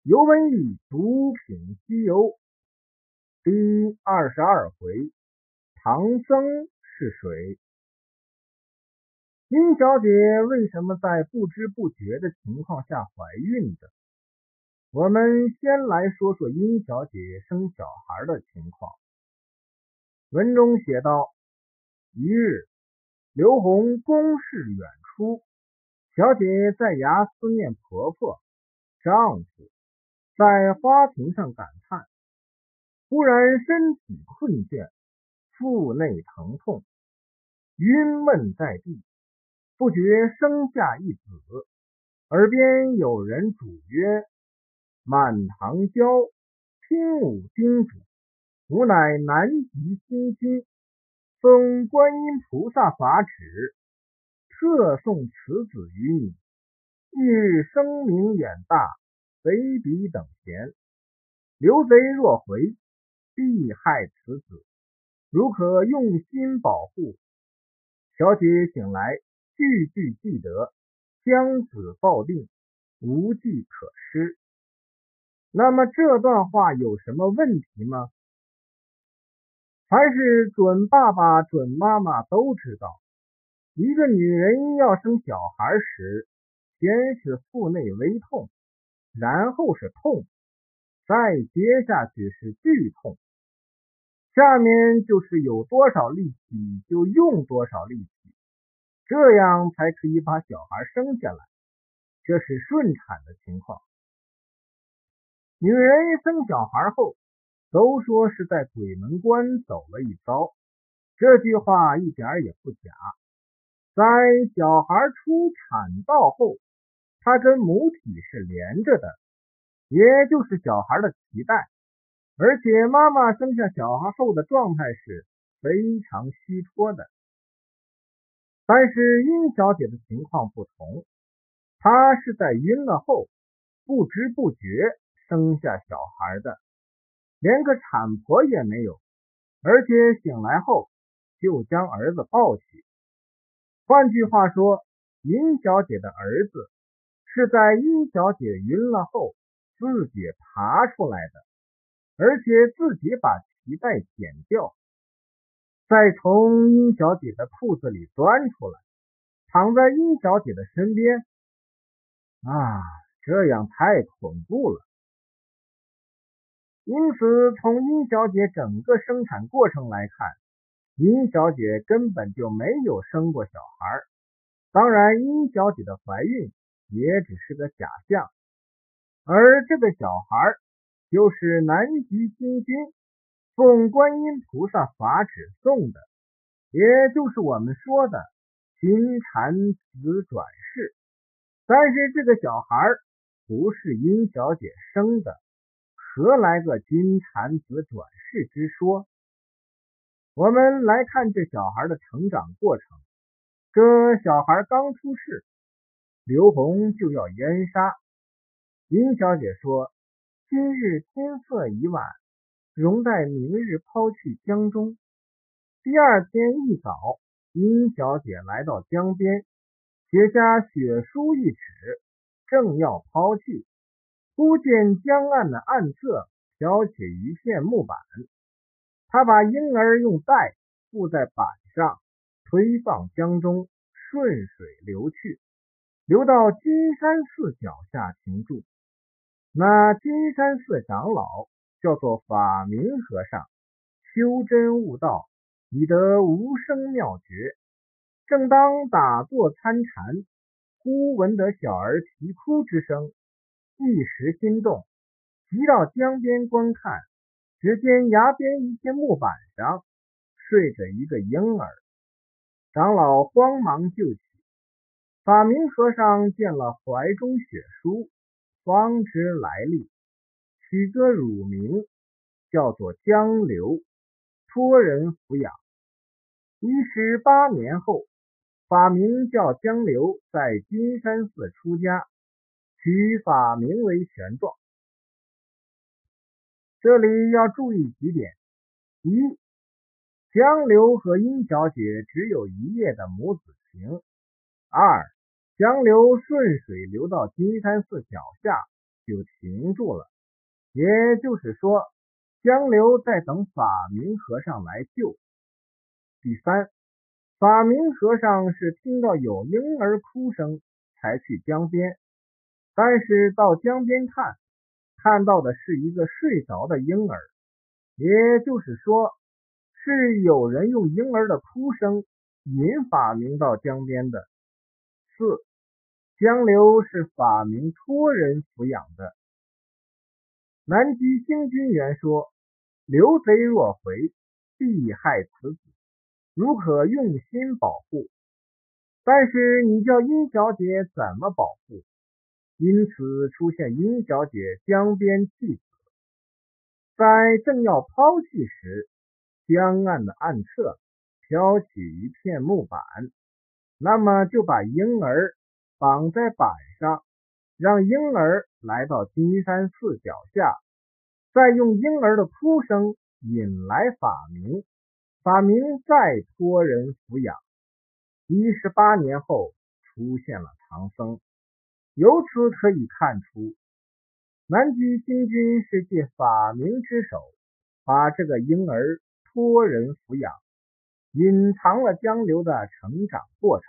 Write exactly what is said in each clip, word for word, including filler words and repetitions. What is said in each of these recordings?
尤文义毒品西游第二十二回，唐僧是谁？殷小姐为什么在不知不觉的情况下怀孕的？我们先来说说殷小姐生小孩的情况。文中写道：一日，刘洪公事远出，小姐在衙思念婆婆丈夫，在花亭上感叹，忽然身体困倦，腹内疼痛，晕闷在地，不觉生下一子。耳边有人嘱曰：满堂娇，听吾叮嘱，吾乃南极星君，奉观音菩萨法旨，特送此子于你。一日声名远大，贼比等闲，刘贼若回，必害此子，如可用心保护。小姐醒来，句句记得，将子抱定，无计可施。那么这段话有什么问题吗？凡是准爸爸准妈妈都知道，一个女人要生小孩时，先是腹内微痛，然后是痛，再接下去是剧痛，下面就是有多少力气就用多少力气，这样才可以把小孩生下来，这是顺产的情况。女人生小孩后都说是在鬼门关走了一遭，这句话一点也不假。在小孩出产道后，它跟母体是连着的，也就是小孩的脐带，而且妈妈生下小孩后的状态是非常虚脱的。但是殷小姐的情况不同，她是在晕了后不知不觉生下小孩的，连个产婆也没有，而且醒来后就将儿子抱起。换句话说，殷小姐的儿子是在殷小姐晕了后自己爬出来的，而且自己把脐带剪掉，再从殷小姐的裤子里钻出来，躺在殷小姐的身边。啊，这样太恐怖了。因此从殷小姐整个生产过程来看，殷小姐根本就没有生过小孩，当然殷小姐的怀孕也只是个假象，而这个小孩就是南极星君奉观音菩萨法旨送的，也就是我们说的金蝉子转世。但是这个小孩不是殷小姐生的，何来个金蝉子转世之说？我们来看这小孩的成长过程。这小孩刚出世，刘洪就要淹杀。殷小姐说，今日天色已晚，容待明日抛去江中。第二天一早，殷小姐来到江边，写下血书一纸，正要抛去，忽见江岸的岸侧飘起一片木板，她把婴儿用带附在板上，推放江中，顺水流去，流到金山寺脚下停住。那金山寺长老叫做法明和尚，修真悟道，已得无生妙诀。正当打坐参禅，忽闻得小儿啼哭之声，一时心动，急到江边观看，只见崖边一片木板上睡着一个婴儿。长老慌忙救起，法明和尚见了怀中血书，方知来历，取个乳名，叫做江流，托人抚养。一十八年后，法明叫江流在金山寺出家，取法明为权状。这里要注意几点：一、江流和殷小姐只有一夜的母子情；二、江流顺水流到金山寺脚下， 就停住了。也就是说，江流在等法明和尚来救。第三，法明和尚是听到有婴儿哭声才去江边，但是到江边看，看到的是一个睡着的婴儿，也就是说，是有人用婴儿的哭声引法明到江边的。四，江流是法明托人抚养的。南极星君言说，流贼若回，必害此子，如可用心保护。但是你叫殷小姐怎么保护？因此出现殷小姐江边弃子，在正要抛弃时，江岸的岸侧飘起一片木板，那么就把婴儿绑在板上，让婴儿来到金山寺脚下，再用婴儿的哭声引来法明，法明再托人抚养。一十八年后出现了唐僧。由此可以看出，南极星君是借法明之手，把这个婴儿托人抚养，隐藏了江流的成长过程。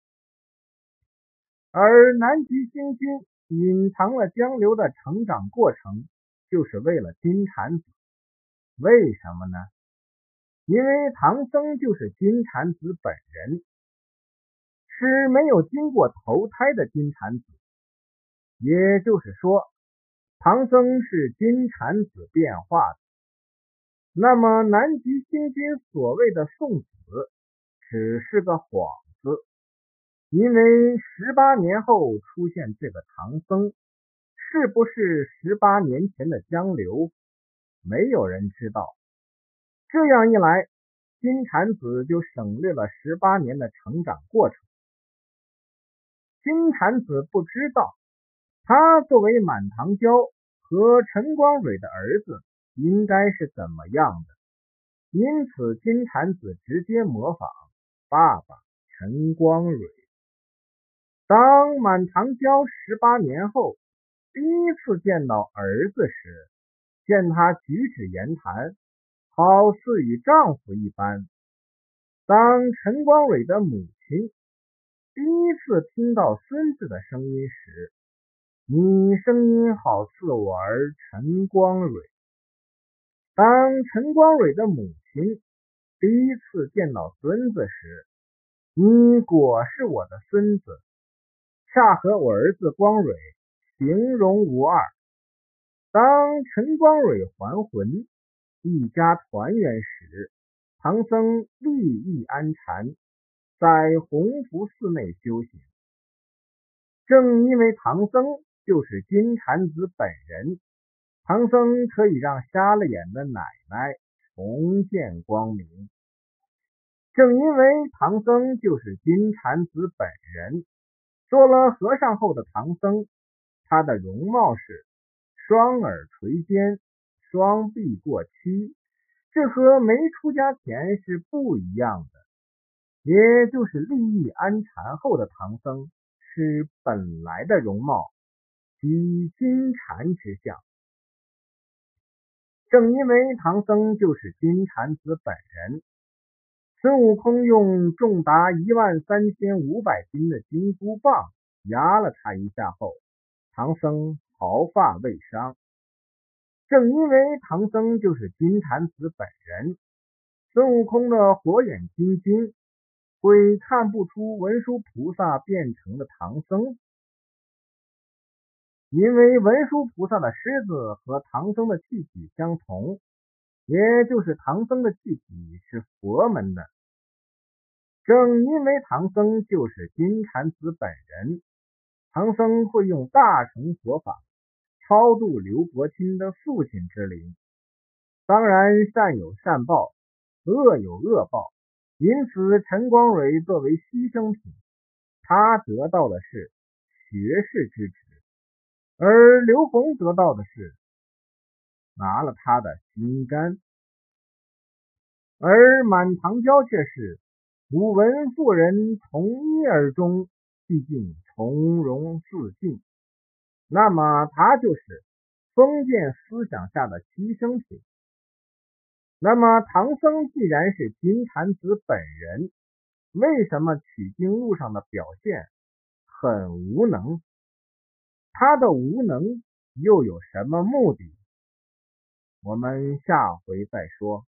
而南极星君隐藏了江流的成长过程，就是为了金蝉子。为什么呢？因为唐僧就是金蝉子本人，是没有经过投胎的金蝉子。也就是说，唐僧是金蝉子变化的。那么南极星君所谓的送子只是个幌子，因为十八年后出现这个唐僧，是不是十八年前的江流，没有人知道。这样一来，金蝉子就省略了十八年的成长过程。金蝉子不知道，他作为满堂蛟和陈光蕊的儿子应该是怎么样的，因此金蝉子直接模仿爸爸陈光蕊。当满堂蛟十八年后第一次见到儿子时，见他举止言谈好似与丈夫一般。当陈光蕊的母亲第一次听到孙子的声音时，你声音好似我儿陈光蕊。当陈光蕊的母亲第一次见到孙子时，你果是我的孙子，恰和我儿子光蕊形容无二。当陈光蕊还魂，一家团圆时，唐僧立意安禅，在弘福寺内修行。正因为唐僧就是金蝉子本人，唐僧可以让瞎了眼的奶奶重见光明。正因为唐僧就是金蝉子本人，做了和尚后的唐僧，他的容貌是双耳垂肩，双臂过膝，这和没出家前是不一样的。也就是立意安禅后的唐僧是本来的容貌，即金蝉之相。正因为唐僧就是金蝉子本人，孙悟空用重达一万三千五百斤的金箍棒压了他一下后，唐僧毫发未伤。正因为唐僧就是金蝉子本人，孙悟空的火眼金睛会看不出文殊菩萨变成的唐僧，因为文殊菩萨的狮子和唐僧的气体相同，也就是唐僧的气体是佛门的。正因为唐僧就是金蝉子本人，唐僧会用大乘佛法超度刘伯钦的父亲之灵。当然善有善报，恶有恶报，因此陈光蕊作为牺牲品，他得到的是学士之职，而刘洪得到的是拿了他的心肝。而满堂蛟却是吾闻妇人从一而终，毕竟从容自尽。 那么他就是封建思想下的牺牲品。那么唐僧既然是金蝉子本人，为什么取经路上的表现很无能？他的无能又有什么目的？我们下回再说。